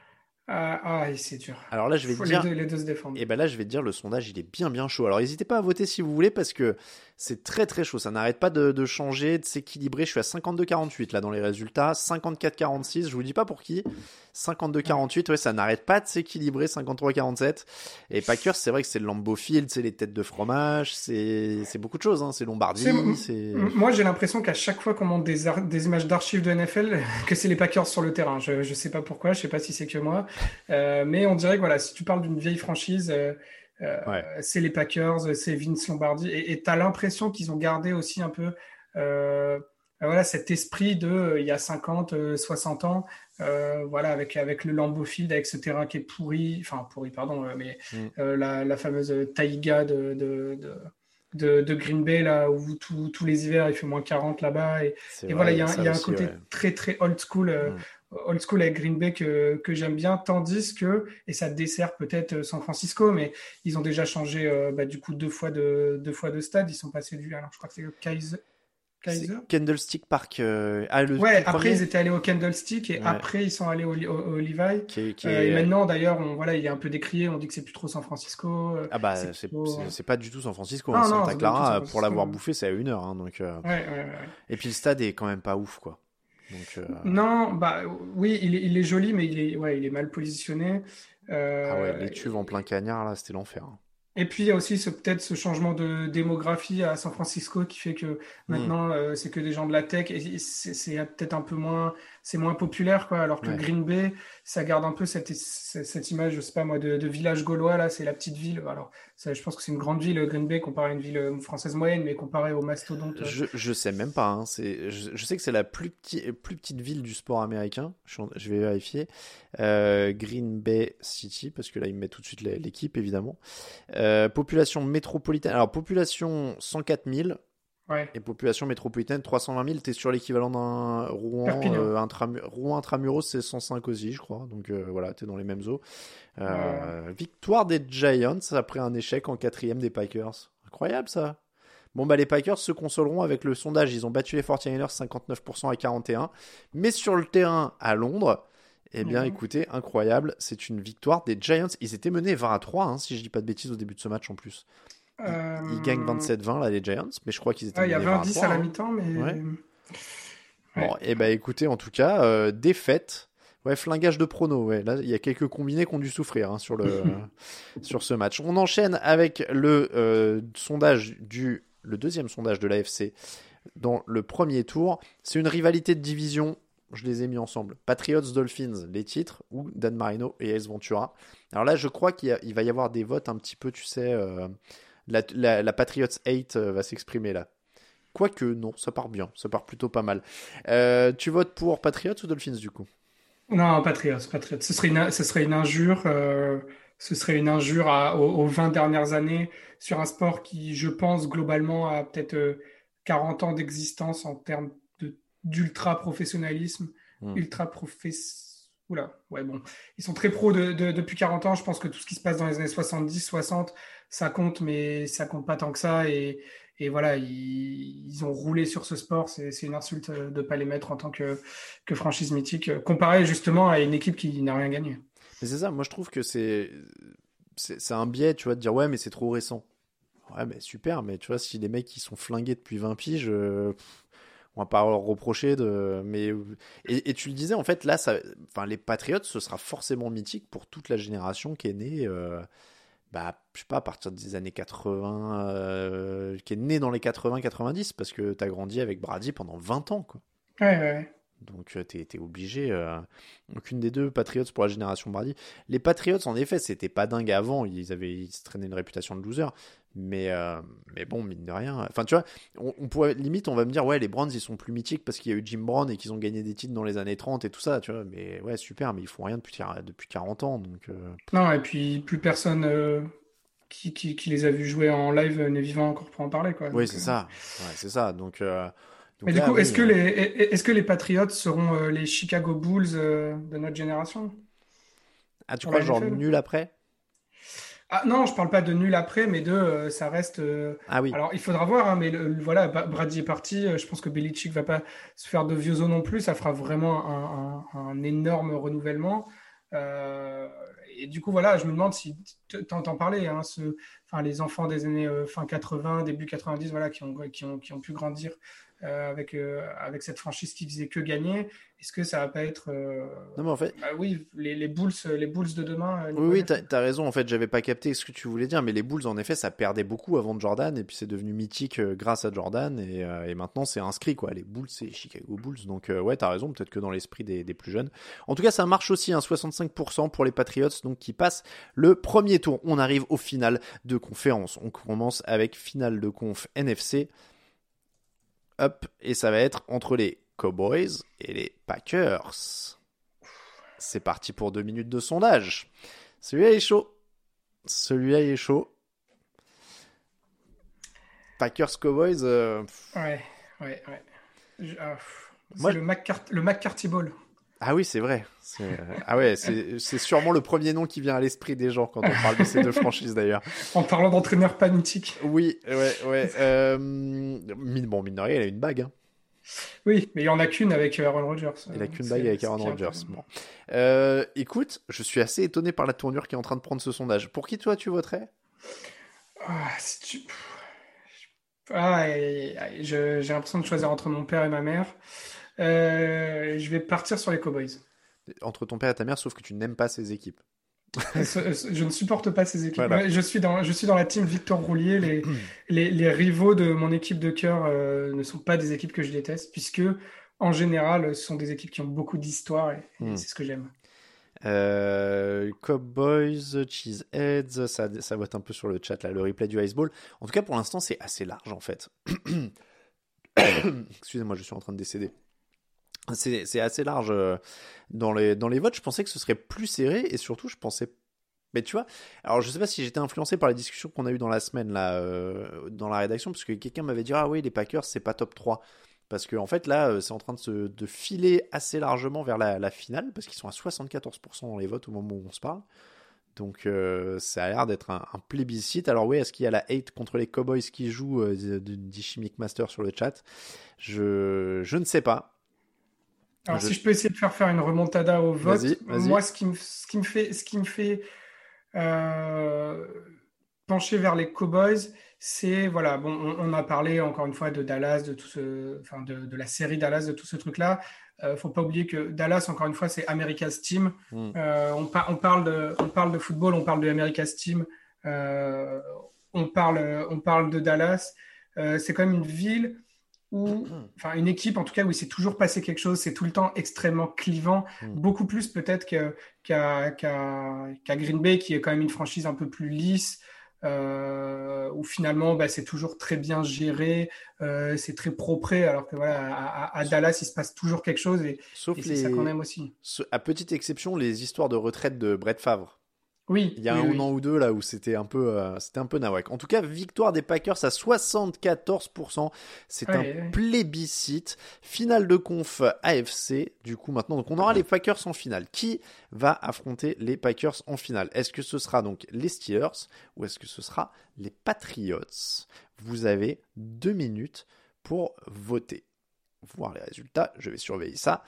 C: Ah, ah, c'est dur.
B: Alors là, je vais
C: Faut
B: te dire.
C: Les deux, les deux se défendent.
B: Et ben là, je vais te dire, le sondage, il est bien, bien chaud. Alors, n'hésitez pas à voter si vous voulez, parce que c'est très, très chaud. Ça n'arrête pas de, de changer, de s'équilibrer. Je suis à cinquante-deux quarante-huit là dans les résultats. cinquante-quatre quarante-six. Je vous dis pas pour qui. cinquante-deux quarante-huit. Ouais, ça n'arrête pas de s'équilibrer. cinquante-trois quarante-sept. Et Packers, c'est vrai que c'est le Lambeau Field, c'est les têtes de fromage, c'est, c'est beaucoup de choses. Hein. C'est Lombardie.
C: C'est...
B: C'est...
C: Moi, j'ai l'impression qu'à chaque fois qu'on monte des, ar... des images d'archives de N F L, que c'est les Packers sur le terrain. Je, je sais pas pourquoi. Je sais pas si c'est que moi. Euh, mais on dirait que voilà, si tu parles d'une vieille franchise, euh, euh, ouais. c'est les Packers, c'est Vince Lombardi, et tu as l'impression qu'ils ont gardé aussi un peu euh, voilà, cet esprit de euh, il y a cinquante, soixante ans, euh, voilà, avec, avec le Lambeau Field, avec ce terrain qui est pourri, enfin pourri, pardon, mais mm. euh, la, la fameuse taïga de, de, de, de, de Green Bay, là, où tous tout les hivers il fait moins quarante là-bas, et, et vrai, voilà, il y a, y a un côté ouais. très très old school. Euh, mm. old school avec Green Bay que, que j'aime bien, tandis que, et ça dessert peut-être San Francisco, mais ils ont déjà changé euh, bah, du coup deux fois, de, deux fois de stade, ils sont passés du, alors je crois que c'est le Kaiser.
B: Kaiser Candlestick Park. Euh... Ah, le
C: ouais, après premier. Ils étaient allés au Candlestick et ouais. après ils sont allés au, au, au Levi. Qui, qui euh, est... Et maintenant d'ailleurs, on, voilà, il est un peu décrié, on dit que c'est plus trop San Francisco.
B: Ah bah c'est, c'est, plutôt... c'est, c'est pas du tout San Francisco. Non, hein, Santa non, Clara, pour l'avoir bouffé, c'est à une heure. Hein, donc, euh...
C: ouais, ouais, ouais.
B: Et puis le stade est quand même pas ouf, quoi. Donc, euh...
C: Non, bah oui, il est, il est joli, mais il est, ouais, il est mal positionné.
B: Euh... Ah ouais, les tuves en plein cagnard, là, c'était l'enfer. Hein.
C: Et puis il y a aussi ce, peut-être ce changement de démographie à San Francisco qui fait que maintenant mmh. euh, c'est que des gens de la tech et c'est, c'est peut-être un peu moins, c'est moins populaire quoi. Alors que ouais. Green Bay, ça garde un peu cette, cette image, je sais pas moi, de, de village gaulois là, c'est la petite ville. Alors ça, je pense que c'est une grande ville Green Bay comparé à une ville française moyenne, mais comparé au mastodonte.
B: Je, je sais même pas. Hein. C'est, je, je sais que c'est la plus, petit, plus petite ville du sport américain. Je, je vais vérifier. Euh, Green Bay City parce que là il me met tout de suite l'équipe évidemment. Euh, population métropolitaine. Alors, population cent quatre mille.
C: Ouais.
B: Et population métropolitaine trois cent vingt mille. T'es sur l'équivalent d'un Rouen. Euh, intramu- Rouen Intramuros, c'est cent cinq aussi, je crois. Donc euh, voilà, t'es dans les mêmes eaux. Euh, ouais. Victoire des Giants après un échec en quatrième des Packers. Incroyable ça. Bon, bah les Packers se consoleront avec le sondage. Ils ont battu les forty-niners cinquante-neuf pour cent à quarante et un. Mais sur le terrain à Londres. Eh bien, mmh. écoutez, incroyable, c'est une victoire des Giants. Ils étaient menés vingt à trois, hein, si je dis pas de bêtises, au début de ce match en plus. Ils, euh... ils gagnent vingt-sept vingt, là, les Giants, mais je crois qu'ils étaient
C: ah,
B: menés
C: vingt à trois. Il y a vingt dix à, à la
B: hein.
C: mi-temps, mais...
B: Ouais.
C: Ouais.
B: Bon, eh bien, écoutez, en tout cas, euh, défaite. Ouais, flingage de prono, ouais. Là, il y a quelques combinés qui ont dû souffrir hein, sur, le, sur ce match. On enchaîne avec le euh, sondage du... le deuxième sondage de l'A F C dans le premier tour. C'est une rivalité de division. Je les ai mis ensemble. Patriots, Dolphins, les titres, ou Dan Marino et Ace Ventura. Alors là, je crois qu'il y a, il va y avoir des votes un petit peu, tu sais, euh, la, la, la Patriots hate euh, va s'exprimer là. Quoique, non, ça part bien, ça part plutôt pas mal. Euh, tu votes pour Patriots ou Dolphins du coup?
C: Non, Patriots, Patriots. Ce serait une, ce serait une injure, euh, ce serait une injure à- aux, aux vingt dernières années sur un sport qui, je pense, globalement, a peut-être euh, quarante ans d'existence en termes de, d'ultra-professionnalisme,
B: Hmm.
C: ultra-profess... Oula, ouais, bon. Ils sont très pros de, de- depuis quarante ans. Je pense que tout ce qui se passe dans les années soixante-dix, soixante, ça compte, mais ça compte pas tant que ça. Et, et voilà, ils, ils ont roulé sur ce sport. C'est, c'est une insulte euh, de pas les mettre en tant que que franchise mythique, euh, comparé justement à une équipe qui n'a rien gagné.
B: Mais c'est ça, moi je trouve que c'est c'est c'est un biais, tu vois, de dire ouais, mais c'est trop récent. Ouais, mais super, mais tu vois, si les mecs qui sont flingués depuis vingt piges, euh, pff, on va pas leur reprocher de. Mais et, et tu le disais, en fait, là, ça, enfin, les Patriots, ce sera forcément mythique pour toute la génération qui est née, euh, bah, je sais pas, à partir des années quatre-vingts, euh, qui est née dans les quatre-vingts quatre-vingt-dix, parce que t'as grandi avec Brady pendant vingt ans, quoi.
C: Ouais, ouais, ouais.
B: Donc euh, t'es, t'es obligé. Euh, aucune des deux Patriots pour la génération Brady. Les Patriots, en effet, c'était pas dingue avant. Ils avaient, ils se traînaient une réputation de loser. Mais, euh, mais bon, mine de rien. Enfin, tu vois, on, on pourrait, limite, on va me dire, ouais, les Browns, ils sont plus mythiques parce qu'il y a eu Jim Brown et qu'ils ont gagné des titres dans les années trente et tout ça, tu vois. Mais ouais, super, mais ils font rien depuis, depuis quarante ans. Donc, euh,
C: Non, et puis plus personne euh, qui, qui, qui les a vus jouer en live euh, n'est vivant encore pour en parler, quoi.
B: oui,
C: Donc,
B: c'est
C: euh.
B: ça. Ouais, c'est ça. Donc, euh,
C: Mais
B: donc
C: du
B: là,
C: coup, est-ce
B: oui.
C: que
B: euh,
C: les, est-ce que les Patriots seront euh, les Chicago Bulls euh, de notre génération
B: Ah, tu
C: dans
B: crois,
C: la
B: genre
C: N F L?
B: nul après?
C: Ah non, je parle pas de nul après, mais de euh, ça reste. euh,
B: Ah oui.
C: Alors, il faudra voir, hein, mais le- le- voilà, Ba- Brady est parti. euh, Je pense que Belichick va pas se faire de vieux os non plus. Ça fera vraiment un, un- un énorme renouvellement. Euh, et du coup, voilà, je me demande si t- t'entends parler, hein, ce, enfin, les enfants des années euh, fin quatre-vingts, début quatre-vingt-dix, voilà, qui ont, qui ont, qui ont pu grandir euh, avec, euh, avec cette franchise qui faisait que gagner. Est-ce que ça va pas être, euh,
B: Non, mais en fait,
C: bah oui, les, les Bulls, les Bulls de demain euh,
B: oui,
C: niveau
B: oui, t'as,
C: N F L?
B: t'as raison. En fait, j'avais pas capté ce que tu voulais dire, mais les Bulls, en effet, ça perdait beaucoup avant Jordan, et puis c'est devenu mythique euh, grâce à Jordan, et, euh, et maintenant c'est inscrit, quoi. Les Bulls, c'est Chicago Bulls. Donc, euh, ouais, t'as raison, peut-être que dans l'esprit des, des plus jeunes. En tout cas, ça marche aussi, hein, soixante-cinq pour cent pour les Patriots, donc qui passent le premier tour. On arrive au final de conférence. On commence avec finale de conf N F C. Hop, et ça va être entre les Cowboys et les Packers. C'est parti pour deux minutes de sondage. Celui-là est chaud. Celui-là est chaud. Packers Cowboys. euh,
C: Ouais, ouais, ouais. Je- ah, pff, c'est
B: Moi,
C: le McCart- le McCarthy Ball.
B: ah oui, c'est vrai. C'est... euh, Ah ouais, c'est... c'est sûrement le premier nom qui vient à l'esprit des gens quand on parle de ces deux franchises d'ailleurs.
C: En parlant d'entraîneur pas mythique.
B: Oui, ouais, ouais. Euh... mine- Bon, mine de rien, il a une bague. Hein.
C: Oui, mais il n'y en a qu'une avec euh, Aaron Rodgers.
B: Il a
C: euh,
B: qu'une bague
C: c'est
B: avec
C: ce
B: Aaron
C: qui est un peu-
B: Rodgers. Bon. Euh, écoute, je suis assez étonné par la tournure qui est en train de prendre ce sondage. Pour qui toi tu voterais?
C: Ah, si tu... Ah, aïe, aïe, aïe, je- j'ai l'impression de choisir entre mon père et ma mère. Euh, je vais partir sur les Cowboys.
B: Entre ton père et ta mère, sauf que tu n'aimes pas ces équipes.
C: Euh, ce- ce- Je ne supporte pas ces équipes.
B: Voilà.
C: Ouais, je suis dans, je suis dans la team Victor Roulier. Les, les, les rivaux de mon équipe de cœur euh, ne sont pas des équipes que je déteste, puisque en général, ce sont des équipes qui ont beaucoup d'histoire et, et
B: Hmm.
C: c'est ce que j'aime.
B: Euh, Cowboys, Cheeseheads, ça, ça vote un peu sur le chat là, le replay du Ice Bowl. En tout cas, pour l'instant, c'est assez large en fait. Excusez-moi, je suis en train de décéder. C'est, c'est assez large euh, dans les, dans les votes. Je pensais que ce serait plus serré et surtout, je pensais. Mais tu vois, alors je sais pas si j'étais influencé par les discussions qu'on a eues dans la semaine là, euh, dans la rédaction, parce que quelqu'un m'avait dit ah oui, les Packers c'est pas top trois. Parce que en fait là, euh, c'est en train de se de filer assez largement vers la, la finale, parce qu'ils sont à soixante-quatorze pour cent dans les votes au moment où on se parle. Donc euh, ça a l'air d'être un, un plébiscite. Alors oui, est-ce qu'il y a la hate contre les Cowboys qui joue, euh, dit dit Chimic Master sur le chat? Je, je ne sais pas.
C: Alors,
B: Je...
C: si je peux essayer de faire faire une remontada au vote,
B: Vas-y, vas-y.
C: moi, ce qui me, ce qui me fait, ce qui me fait euh, pencher vers les Cowboys, c'est, voilà, bon, on, on a parlé encore une fois de Dallas, de tout ce, enfin, de, de la série Dallas, de tout ce truc-là. Euh, faut pas oublier que Dallas, encore une fois, c'est America's Team.
B: Hmm.
C: Euh, on, par- on parle de, on parle de football, on parle de America's Team. Euh, on parle, on parle de Dallas. Euh, c'est quand même une ville où, enfin une équipe en tout cas où il s'est toujours passé quelque chose, c'est tout le temps extrêmement clivant,
B: Mm.
C: beaucoup plus peut-être que, qu'à, qu'à, qu'à Green Bay qui est quand même une franchise un peu plus lisse. euh, où finalement bah, c'est toujours très bien géré, euh, c'est très propre, alors que voilà, à, à, à Dallas, il se passe toujours quelque chose et, et
B: Sauf
C: c'est ça qu'on
B: les,
C: aime aussi.
B: à petite exception, les histoires de retraite de Brett Favre. Il
C: Oui,
B: y a
C: oui,
B: un an
C: oui.
B: ou deux là où c'était un peu, euh, c'était un peu nawak. En tout cas, victoire des Packers à soixante-quatorze pour cent. C'est un
C: Ouais, ouais.
B: plébiscite. Finale de conf A F C. Du coup, maintenant, donc on aura les Packers en finale. Qui va affronter les Packers en finale? Est-ce que ce sera donc les Steelers ou est-ce que ce sera les Patriots? Vous avez deux minutes pour voter. Voir les résultats. Je vais surveiller ça.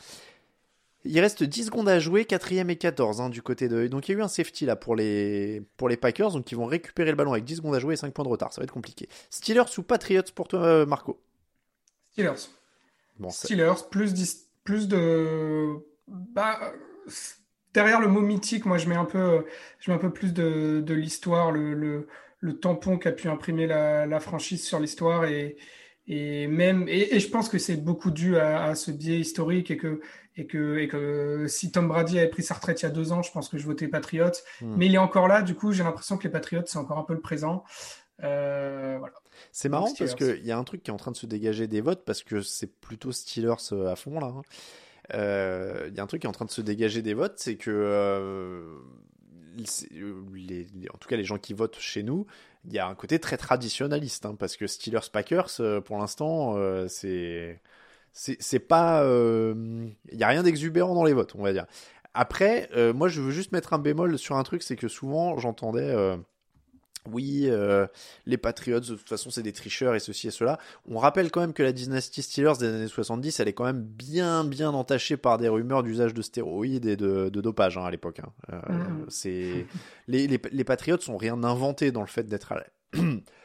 B: Il reste dix secondes à jouer, quatrième et quatorze hein, du côté de... Donc il y a eu un safety là pour les, pour les Packers, donc ils vont récupérer le ballon avec dix secondes à jouer et cinq points de retard, ça va être compliqué. Steelers ou Patriots pour toi, euh, Marco?
C: Steelers.
B: Bon, ça...
C: Steelers, plus, d'his- plus de... Bah, derrière le mot mythique, moi je mets un peu, je mets un peu plus de, de l'histoire, le, le, le tampon qu'a pu imprimer la, la franchise sur l'histoire et, et même et, et je pense que c'est beaucoup dû à, à ce biais historique et que, et que, et que si Tom Brady avait pris sa retraite il y a deux ans, je pense que je votais Patriots.
B: Hmm.
C: Mais il est encore là, du coup j'ai l'impression que les Patriots c'est encore un peu le présent. Euh, voilà.
B: C'est
C: Donc
B: marrant parce
C: Steelers.
B: qu'il y a un truc qui est en train de se dégager des votes parce que c'est plutôt Steelers euh, à fond là. hein. Euh, Il y a un truc qui est en train de se dégager des votes, c'est que euh, c'est- les, les- en tout cas les gens qui votent chez nous, il y a un côté très traditionnaliste hein, parce que Steelers Packers euh, pour l'instant euh, c'est c'est c'est pas euh, il y a rien d'exubérant dans les votes, on va dire. Après, euh, moi je veux juste mettre un bémol sur un truc, c'est que souvent j'entendais euh, oui, euh, les Patriots, de toute façon, c'est des tricheurs et ceci et cela. On rappelle quand même que la dynastie Steelers des années soixante-dix, elle est quand même bien, bien entachée par des rumeurs d'usage de stéroïdes et de, de dopage hein, à l'époque. hein. Euh,
C: Mhm.
B: c'est les, les, les Patriots sont rien inventé dans le fait d'être à la...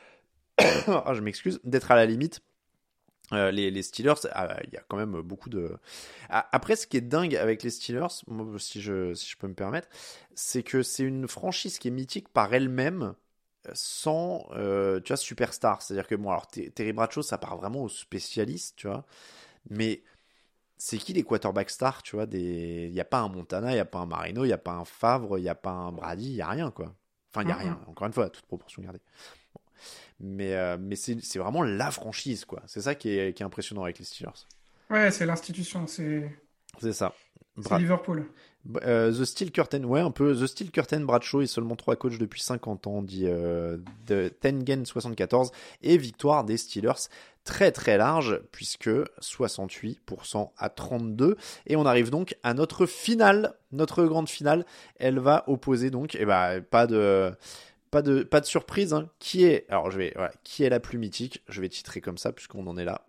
B: ah, je m'excuse, d'être à la limite. Euh, les, les Steelers, ah, il y a quand même beaucoup de. Ah, après, ce qui est dingue avec les Steelers, moi, si je, si je peux me permettre, c'est que c'est une franchise qui est mythique par elle-même sans euh, tu vois superstar, c'est-à-dire que bon alors T- Terry Bradshaw ça part vraiment aux spécialistes tu vois, mais c'est qui les quarterbacks stars, tu vois, des il y a pas un Montana, il y a pas un Marino, il y a pas un Favre, il y a pas un Brady, il y a rien quoi, enfin il y a rien,
C: Mhm.
B: encore une fois toute proportion gardée, mais euh, mais c'est c'est vraiment la franchise quoi, c'est ça qui est qui est impressionnant avec les Steelers,
C: Ouais, c'est l'institution, c'est
B: c'est ça.
C: c'est
B: Bra-
C: Liverpool.
B: Euh, The Steel Curtain, ouais, un peu. The Steel Curtain, Bradshaw est seulement trois coachs depuis cinquante ans, dit euh, de Tengen soixante-quatorze, et victoire des Steelers très très large, puisque soixante-huit pour cent à trente-deux. Et on arrive donc à notre finale, notre grande finale. Elle va opposer donc, et bah, pas de. Pas de, pas de surprise, hein. Qui est, alors je vais, voilà, qui est la plus mythique? Je vais titrer comme ça, puisqu'on en est là.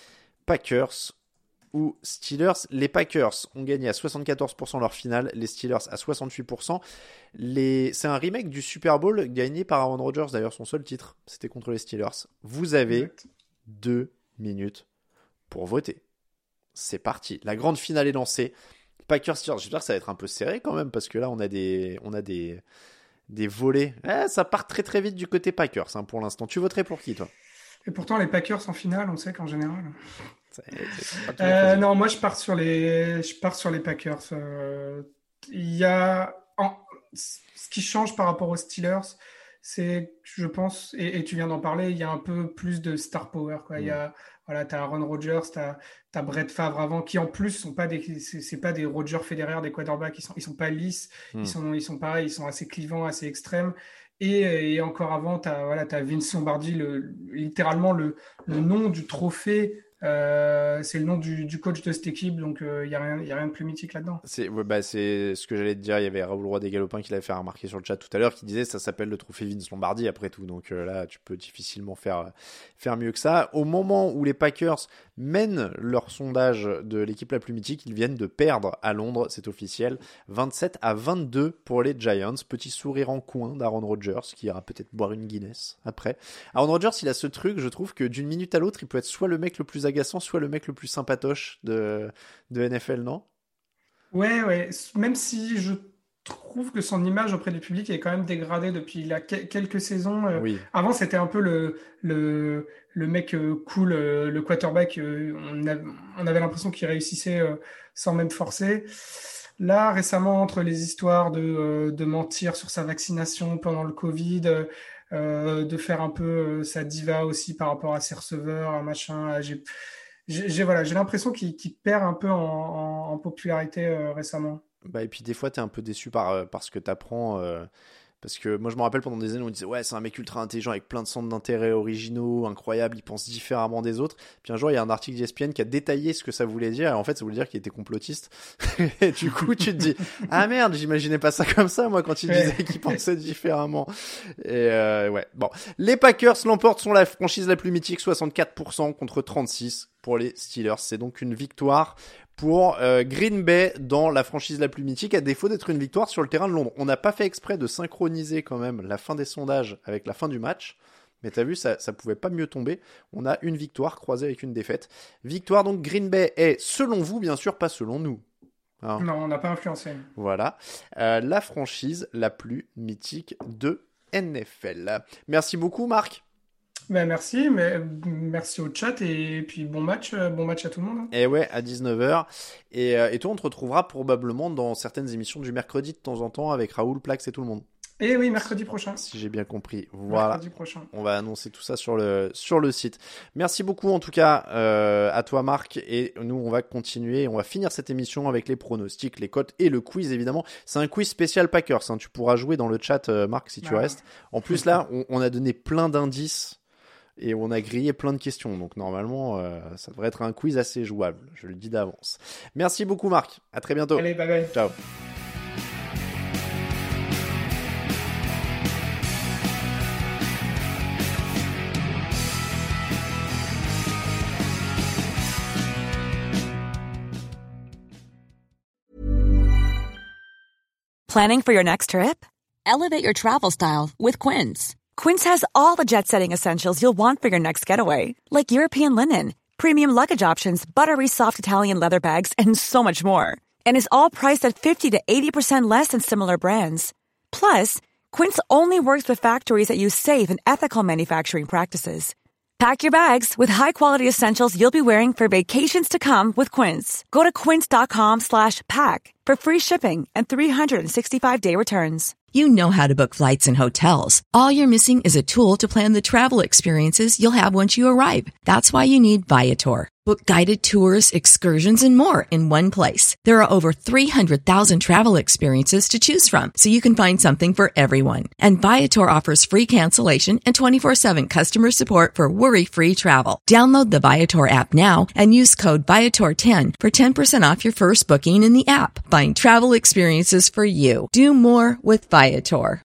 B: Packers ou Steelers. Les Packers ont gagné à soixante-quatorze pour cent leur finale, les Steelers à soixante-huit pour cent. Les... C'est un remake du Super Bowl gagné par Aaron Rodgers, d'ailleurs son seul titre, c'était contre les Steelers. Vous avez
C: Exact.
B: deux minutes pour voter. C'est parti, la grande finale est lancée. Packers Steelers, j'espère que ça va être un peu serré quand même, parce que là on a des, on a des, des volets. Eh, ça part très très vite du côté Packers hein, pour l'instant. Tu voterais pour qui toi?
C: Et pourtant, les Packers en finale, on sait qu'en général.
B: C'est c'est pas toujours
C: Euh,
B: facile.
C: non, moi je pars sur les, je pars sur les Packers. Euh, Il y a en- ce qui change par rapport aux Steelers, c'est, je pense, et, et tu viens d'en parler, il y a un peu plus de star power, quoi. Il y
B: Hmm.
C: a, voilà, t'as Aaron Rodgers, t'as, t'as Brett Favre avant, qui en plus sont pas des, c'est c'est pas des Roger Federer, des quarterbacks, ils sont, ils sont pas lisses, ils
B: Hmm.
C: sont, ils sont pareils, ils sont assez clivants, assez extrêmes. Et, et encore avant, t'as, voilà, t'as Vince Lombardi, le, littéralement le, le nom du trophée. Euh, c'est le nom du, du coach de cette équipe, donc il euh, n'y a rien, y a rien de plus mythique là-dedans.
B: C'est ouais, bah, c'est ce que j'allais te dire. Il y avait Raoul Roy des Galopins qui l'avait fait remarquer sur le chat tout à l'heure, qui disait ça s'appelle le trophée Vince Lombardi après tout. Donc euh, là, tu peux difficilement faire faire mieux que ça. Au moment où les Packers mènent leur sondage de l'équipe la plus mythique, ils viennent de perdre à Londres, c'est officiel, vingt-sept à vingt-deux pour les Giants. Petit sourire en coin d'Aaron Rodgers qui ira peut-être boire une Guinness après. Aaron Rodgers, il a ce truc, je trouve que d'une minute à l'autre, il peut être soit le mec le plus agaçant, soit le mec le plus sympatoche de de N F L, non?
C: Ouais, ouais, même si je trouve que son image auprès du public est quand même dégradée depuis la, que- quelques saisons. Euh,
B: Oui.
C: avant, c'était un peu le, le, le mec euh, cool, euh, le quarterback. Euh, on, a- on avait l'impression qu'il réussissait euh, sans même forcer. Là, récemment, entre les histoires de, euh, de mentir sur sa vaccination pendant le Covid, euh, euh, de faire un peu euh, sa diva aussi par rapport à ses receveurs, un machin. J'ai, j'ai, j'ai, voilà, j'ai l'impression qu'il, qu'il perd un peu en, en, en popularité euh, récemment.
B: Bah, et puis des fois, t'es un peu déçu par, euh, par ce que t'apprends. Euh, parce que moi, je me rappelle pendant des années, on disait ouais, c'est un mec ultra intelligent avec plein de centres d'intérêt originaux, incroyables, il pense différemment des autres. Puis un jour, il y a un article d'E S P N qui a détaillé ce que ça voulait dire. Et en fait, ça voulait dire qu'il était complotiste. Et du coup, tu te dis ah merde, j'imaginais pas ça comme ça, moi, quand il disait qu'il pensait différemment. Et euh, ouais, bon. Les Packers l'emportent, sont la franchise la plus mythique, soixante-quatre pour cent contre trente-six pour les Steelers. C'est donc une victoire pour euh, Green Bay dans la franchise la plus mythique, à défaut d'être une victoire sur le terrain de Londres. On n'a pas fait exprès de synchroniser quand même la fin des sondages avec la fin du match, mais t'as vu, ça, ça pouvait pas mieux tomber. On a une victoire croisée avec une défaite. Victoire donc Green Bay est, selon vous, bien sûr, pas selon nous.
C: Hein. Non, on n'a pas influencé.
B: Voilà, euh, la franchise la plus mythique de N F L. Merci beaucoup, Marc.
C: Ben merci, mais merci au chat et puis bon match, bon match à tout le monde. Hein.
B: Et ouais, à dix-neuf heures. Et, euh, et toi, on te retrouvera probablement dans certaines émissions du mercredi de temps en temps avec Raoul, Plax et tout le monde.
C: Et oui, mercredi prochain.
B: Si j'ai bien compris. Voilà.
C: Mercredi prochain.
B: On va annoncer tout ça sur le, sur le site. Merci beaucoup en tout cas euh, à toi Marc. Et nous, on va continuer. On va finir cette émission avec les pronostics, les cotes et le quiz évidemment. C'est un quiz spécial Packers. Hein. Tu pourras jouer dans le chat euh, Marc si tu ah. restes. En plus là, on, on a donné plein d'indices. Et on a grillé plein de questions, donc normalement, euh, ça devrait être un quiz assez jouable, je le dis d'avance. Merci beaucoup Marc, à très bientôt.
C: Allez, bye bye.
B: Ciao.
A: Planning for your next trip? Elevate your travel style with Quince. Quince has all the jet-setting essentials you'll want for your next getaway, like European linen, premium luggage options, buttery soft Italian leather bags, and so much more. And is all priced at fifty to eighty percent less than similar brands. Plus, Quince only works with factories that use safe and ethical manufacturing practices. Pack your bags with high-quality essentials you'll be wearing for vacations to come with Quince. Go to quince.com slash pack for free shipping and three sixty-five day returns. You know how to book flights and hotels. All you're missing is a tool to plan the travel experiences you'll have once you arrive. That's why you need Viator. Book guided tours, excursions, and more in one place. There are over three hundred thousand travel experiences to choose from, so you can find something for everyone. And Viator offers free cancellation and twenty-four seven customer support for worry-free travel. Download the Viator app now and use code Viator ten for ten percent off your first booking in the app. Find travel experiences for you. Do more with Viator.